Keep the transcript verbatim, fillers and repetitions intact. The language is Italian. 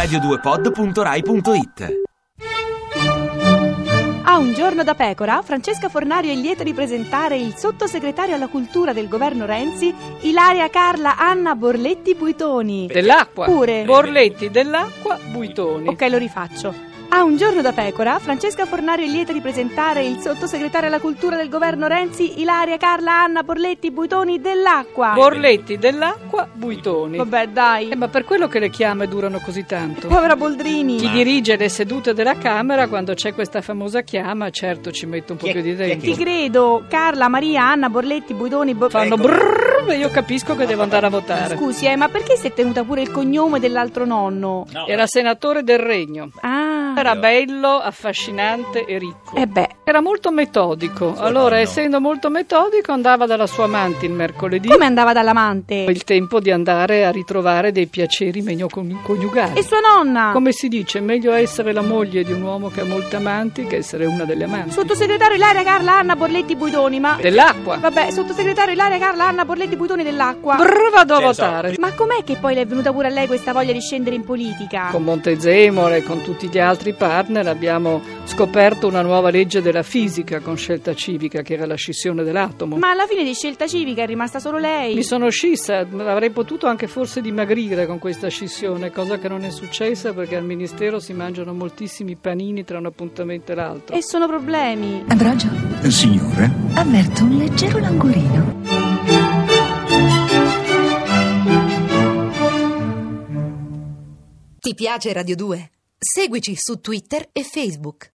radio due pod punto rai punto it. A Un giorno da pecora, Francesca Fornario è lieta di presentare il sottosegretario alla cultura del governo Renzi, Ilaria Carla Anna Borletti Buitoni. Dell'acqua. Pure. Borletti dell'acqua, Buitoni. Ok, lo rifaccio. A Un giorno da pecora, Francesca Fornario è lieta di presentare il sottosegretario alla cultura del governo Renzi, Ilaria Carla Anna Borletti Buitoni dell'acqua. Borletti dell'acqua, Buitoni. Vabbè, dai. Eh, ma per quello che le chiame durano così tanto. Povera Boldrini. Chi dirige le sedute della Camera, quando c'è questa famosa chiama, certo ci mette un po' Chi è- più di chi è tempo. Ti credo. Carla, Maria, Anna, Borletti, Buitoni. Bo- Fanno Ecco. brrrr e io capisco che devo andare a votare. Scusi, eh, ma perché si è tenuta pure il cognome dell'altro nonno? No. Era senatore del Regno. Ah. Era bello, affascinante e ricco. Eh beh. Era molto metodico. Allora, essendo molto metodico, andava dalla sua amante il mercoledì. Come andava dall'amante? Il tempo di andare a ritrovare dei piaceri meglio con- coniugali. E sua nonna? Come si dice, meglio essere la moglie di un uomo che ha molte amanti che essere una delle amanti. Sottosegretario Ilaria Carla Anna Borletti Buitoni, ma... Dell'acqua. Vabbè, sottosegretario Ilaria Carla Anna Borletti Buitoni dell'acqua. Brr, vado a Cioè, votare. Ma com'è che poi le è venuta pure a lei questa voglia di scendere in politica? Con Montezemolo e con tutti gli altri partner abbiamo scoperto una nuova legge della fisica con Scelta Civica, che era la scissione dell'atomo. Ma alla fine di Scelta Civica è rimasta solo lei. Mi sono scissa, avrei potuto anche forse dimagrire con questa scissione, cosa che non è successa perché al ministero si mangiano moltissimi panini tra un appuntamento e l'altro. E sono problemi. Ambrogio, Signore? avverto un leggero languorino. Ti piace Radio due? Seguici su Twitter e Facebook.